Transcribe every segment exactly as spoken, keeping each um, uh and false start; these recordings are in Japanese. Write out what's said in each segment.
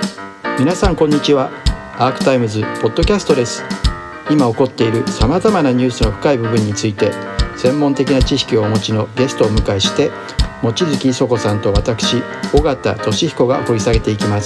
皆さんこんにちは。アークタイムズポッドキャストです。今起こっているさまざまなニュースの深い部分について専門的な知識をお持ちのゲストをお迎えして望月磯子さんと私尾形俊彦が掘り下げていきます。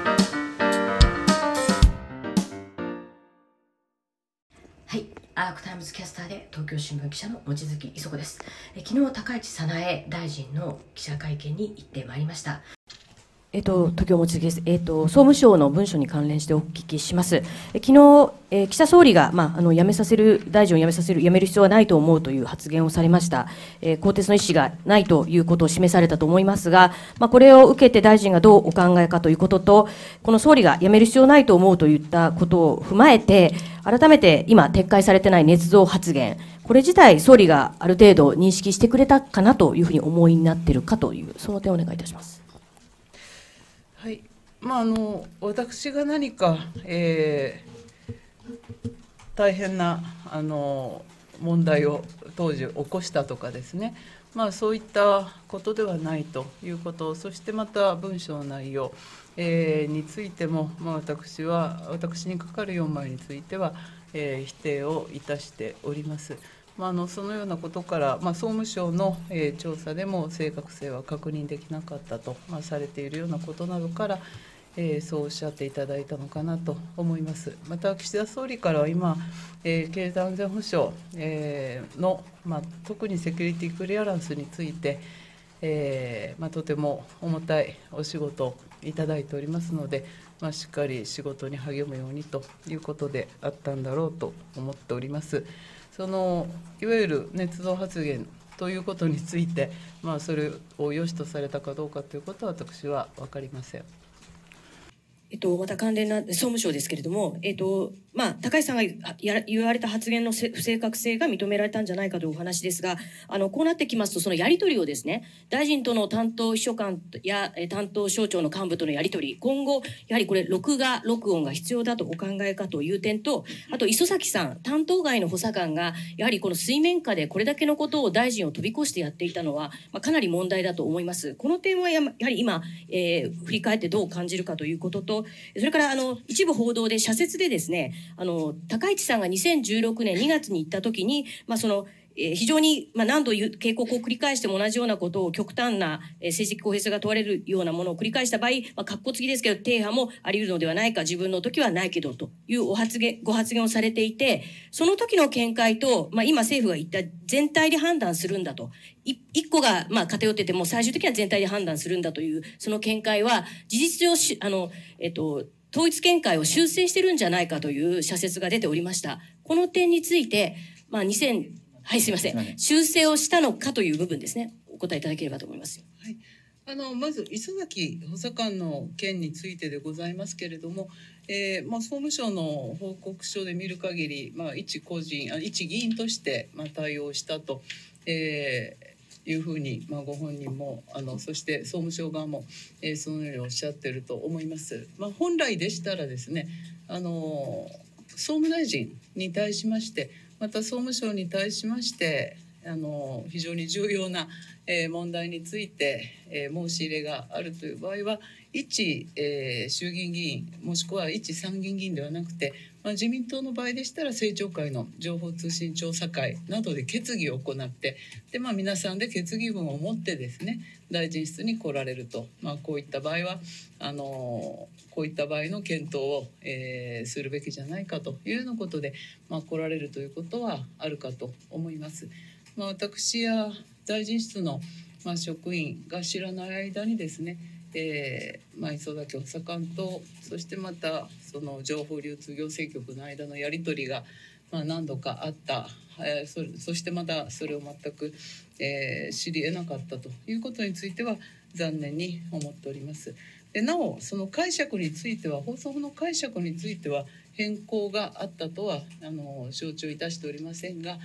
はい、アークタイムズキャスターで東京新聞記者の望月磯子です。え昨日高市早苗大臣の記者会見に行ってまいりました。えっと、東京望月です、えっと、総務省の文書に関連してお聞きします。え昨日、えー、岸田総理が、まあ、あの辞めさせる大臣を辞めさせる辞める必要はないと思うという発言をされました。えー、更迭の意思がないということを示されたと思いますが、まあ、これを受けて大臣がどうお考えかということと、この総理が辞める必要ないと思うといったことを踏まえて、改めて今撤回されてない捏造発言、これ自体総理がある程度認識してくれたかなというふうに思いになっているかという、その点をお願いいたします。 はい、まあ、あの私が何か、えー、大変なあの問題を当時起こしたとかですね、まあ、そういったことではないということ、そしてまた文書の内容、えー、についても、まあ、私は私にかかるよんまいについては、えー、否定をいたしております。まあ、あのそのようなことから、まあ、総務省の、えー、調査でも正確性は確認できなかったと、まあ、されているようなことなどから、えー、そうおっしゃっていただいたのかなと思います。また岸田総理からは今、えー、経済安全保障、えー、の、まあ、特にセキュリティクリアランスについて、えーまあ、とても重たいお仕事をいただいておりますので、まあ、しっかり仕事に励むようにということであったんだろうと思っております。そのいわゆる捏造発言ということについて、まあ、それを良しとされたかどうかということは私は分かりません。 えっと、また関連な総務省ですけれども、えっとまあ、高市さんがや言われた発言の不正確性が認められたんじゃないかというお話ですが、あのこうなってきますと、そのやり取りをですね、大臣との担当秘書官や担当省庁の幹部とのやり取り、今後やはりこれ録画録音が必要だとお考えかという点と、あと磯崎さん担当外の補佐官がやはりこの水面下でこれだけのことを大臣を飛び越してやっていたのは、まあ、かなり問題だと思います。この点はやはり今、えー、振り返ってどう感じるかということと、それからあの一部報道で社説でですね、あの高市さんがにせんじゅうろくねんにがつに行った時に、まあ、そのえー、非常に、まあ、何度警告を繰り返しても同じようなことを極端な、えー、政治的公平性が問われるようなものを繰り返した場合、まあ、かっこつきですけど停波もあり得るのではないか、自分の時はないけどというお発言ご発言をされていて、その時の見解と、まあ、今政府が言った全体で判断するんだと、い一個がまあ偏ってても最終的には全体で判断するんだというその見解は事実上しあの、えっと、統一見解を修正してるんじゃないかという社説が出ておりました。この点について、まあ、にせんはいすいません、修正をしたのかという部分ですね、お答えいただければと思います。 はい、あのまず磯崎補佐官の件についてでございますけれども、えーまあ、総務省の報告書で見る限り、まあ、一個人あ一議員として、まあ、対応したと、えー、いうふうに、まあ、ご本人もあのそして総務省側も、えー、そのようにおっしゃっていると思います。まあ、本来でしたらですね、あの総務大臣に対しまして、また総務省に対しましてあの非常に重要な、えー、問題について、えー、申し入れがあるという場合は一、えー、衆議院議員もしくは一参議院議員ではなくて、まあ、自民党の場合でしたら政調会の情報通信調査会などで決議を行ってで、まあ、皆さんで決議文を持ってですね大臣室に来られると、まあ、こういった場合はあのこういった場合の検討を、えー、するべきじゃないかというようなことで、まあ、来られるということはあるかと思います。まあ、私や大臣室の、まあ、職員が知らない間にですね、えーまあ、磯崎補佐官とそしてまたその情報流通行政局の間のやり取りが、まあ、何度かあった、えー、そ, そしてまたそれを全く、えー、知り得なかったということについては残念に思っております。でなおその解釈については放送法の解釈については変更があったとはあの承知をいたしておりませんが、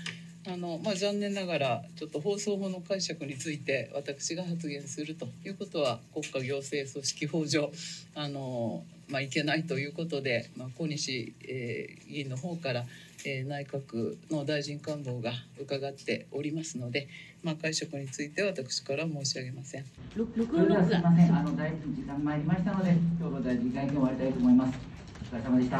あの、まあ、残念ながらちょっと放送法の解釈について私が発言するということは国家行政組織法上あの、まあ、いけないということで、まあ、小西、えー、議員の方から、えー、内閣の大臣官房が伺っておりますので、まあ、解釈については私から申し上げません。 それではすみません、あの大臣時間参りましたので、今日の大臣会見終わりたいと思います。お疲れ様でした。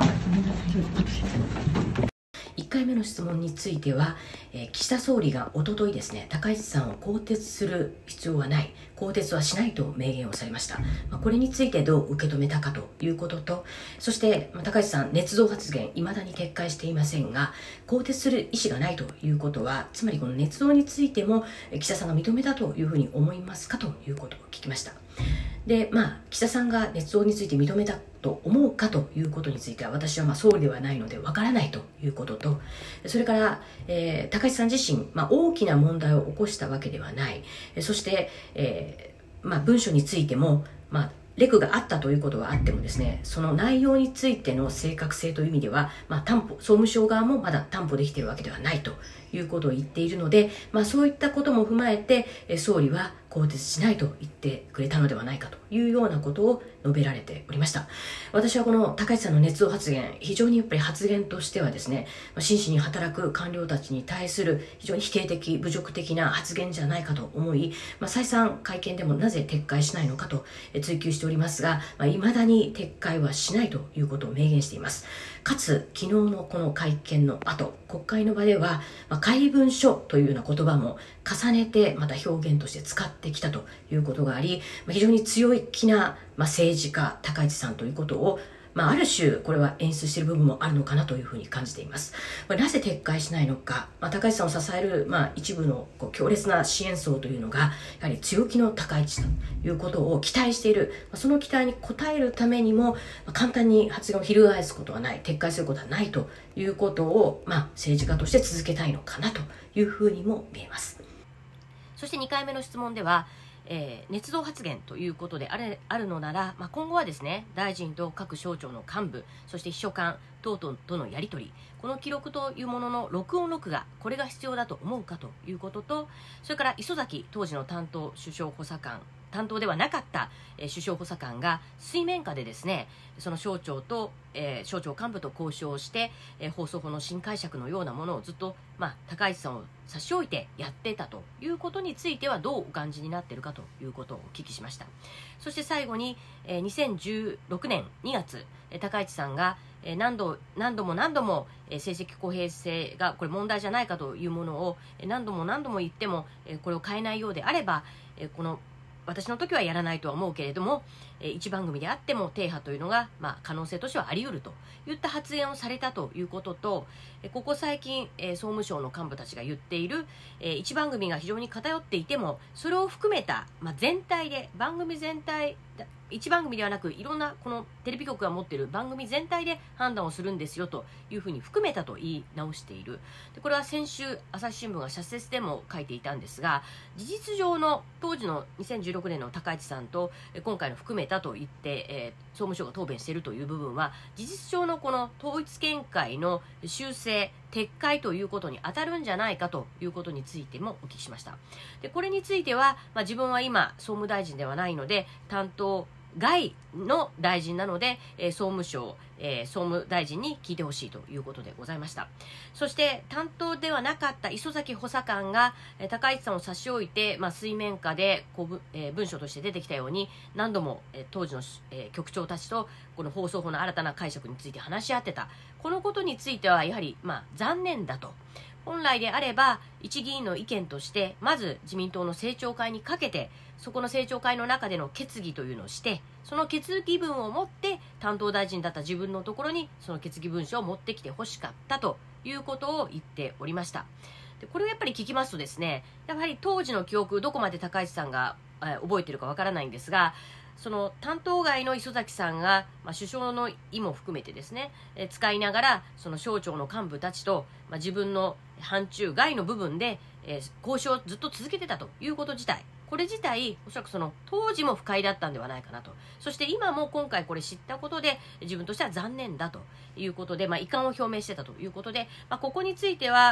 いっかいめの質問については、えー、岸田総理がおとといですね、高市さんを更迭する必要はない、更迭はしないと明言をされました。まあ、これについてどう受け止めたかということと、そして、まあ、高市さん、捏造発言、未だに撤回していませんが、更迭する意思がないということは、つまりこの捏造についても、岸田さんが認めたというふうに思いますかということを聞きました。で、まあ、岸田さんが捏造について認めたと思うかということについては、私はまあ総理ではないのでわからないということと、それから、えー、高市さん自身、まあ、大きな問題を起こしたわけではない。そして、えーまあ、文書についても、まあ、レクがあったということはあってもですね、その内容についての正確性という意味では、まあ、担保、総務省側もまだ担保できているわけではないということを言っているので、まあ、そういったことも踏まえて、総理は更迭しないと言ってくれたのではないかというようなことを述べられておりました。私はこの高市さんの捏造発言、非常にやっぱり発言としてはですね、真摯に働く官僚たちに対する非常に否定的、侮辱的な発言じゃないかと思い、まあ、再三会見でもなぜ撤回しないのかと追及しておりますが、まあ、未だに撤回はしないということを明言しています。かつ、昨日のこの会見の後、国会の場では、まあ、怪文書というような言葉も重ねてまた表現として使ってきたということがあり、まあ、非常に強気な、まあ、政治家、高市さんということを、まあ、ある種これは演出している部分もあるのかなというふうに感じています。まあ、なぜ撤回しないのか、まあ、高市さんを支える、まあ、一部のこう強烈な支援層というのがやはり強気の高市ということを期待している、まあ、その期待に応えるためにも、まあ、簡単に発言を翻すことはない、撤回することはないということを、まあ、政治家として続けたいのかなというふうにも見えます。 そしてにかいめの質問では、えー、捏造発言ということである、あるのなら、まあ、今後はですね、大臣と各省庁の幹部、そして秘書官等々とのやり取り、この記録というものの録音録画、これが必要だと思うかということと、それから磯崎当時の担当首相補佐官、担当ではなかった、えー、首相補佐官が水面下でですね、その省庁と、えー、省庁幹部と交渉して、えー、放送法の新解釈のようなものをずっと、まあ、高市さんを差し置いてやってたということについてはどうお感じになっているかということをお聞きしました。そして最後に、えー、にせんじゅうろくねんにがつ、えー、高市さんが、えー、何度何度も何度も、えー、成績公平性がこれ問題じゃないかというものを、えー、何度も何度も言っても、えー、これを変えないようであれば、えー、この私の時はやらないとは思うけれども、えー、一番組であっても停波というのが、まあ、可能性としてはあり得るといった発言をされたということと、えー、ここ最近、えー、総務省の幹部たちが言っている、えー、一番組が非常に偏っていてもそれを含めた、まあ、全体で番組全体一番組ではなくいろんなこのテレビ局が持っている番組全体で判断をするんですよというふうに含めたと言い直している。でこれは先週朝日新聞が社説でも書いていたんですが、事実上の当時のにせんじゅうろくねんの高市さんと今回の含めたと言って、えー、総務省が答弁しているという部分は事実上のこの統一見解の修正撤回ということに当たるんじゃないかということについてもお聞きしました。でこれについては、まあ、自分は今総務大臣ではないので担当外の大臣なので、えー、総務省、えー、総務大臣に聞いてほしいということでございました。そして担当ではなかった磯崎補佐官が、えー、高市さんを差し置いて、まあ、水面下でこう、えー、文書として出てきたように何度も、えー、当時の、えー、局長たちとこの放送法の新たな解釈について話し合ってた。このことについてはやはり、まあ、残念だと。本来であれば一議員の意見としてまず自民党の政調会にかけてそこの政調会の中での決議というのをしてその決議文を持って担当大臣だった自分のところにその決議文書を持ってきてほしかったということを言っておりました。でこれをやっぱり聞きますとですね、やはり当時の記憶どこまで高市さんが、えー、覚えているかわからないんですが、その担当外の磯崎さんが、まあ、首相の意も含めてですね、えー、使いながらその省庁の幹部たちと、まあ、自分の範疇外の部分で、えー、交渉をずっと続けてたということ自体、これ自体おそらくその当時も不快だったんではないかなと。そして今も今回これ知ったことで自分としては残念だということで、まあ、遺憾を表明してたということで、まあ、ここについては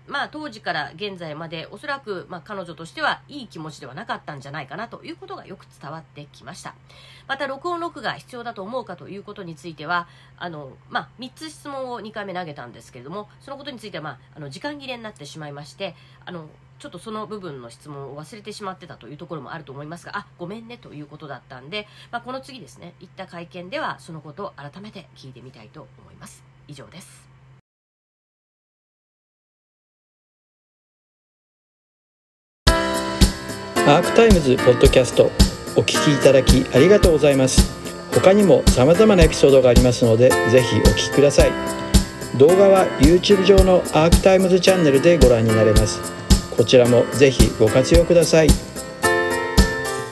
まあ、当時から現在までおそらく、まあ、彼女としてはいい気持ちではなかったんじゃないかなということがよく伝わってきました。また録音録画が必要だと思うかということについてはあの、まあ、みっつ質問をにかいめ投げたんですけれども、そのことについては、まあ、あの時間切れになってしまいましてあのちょっとその部分の質問を忘れてしまってたというところもあると思いますが、あ、ごめんねということだったんで、まあ、この次ですね、行った会見ではそのことを改めて聞いてみたいと思います。以上です。 アークタイムズポッドキャストお聞きいただきありがとうございます。他にも様々なエピソードがありますのでぜひお聞きください。動画は YouTube 上のアークタイムズチャンネルでご覧になれます。こちらもぜひご活用ください。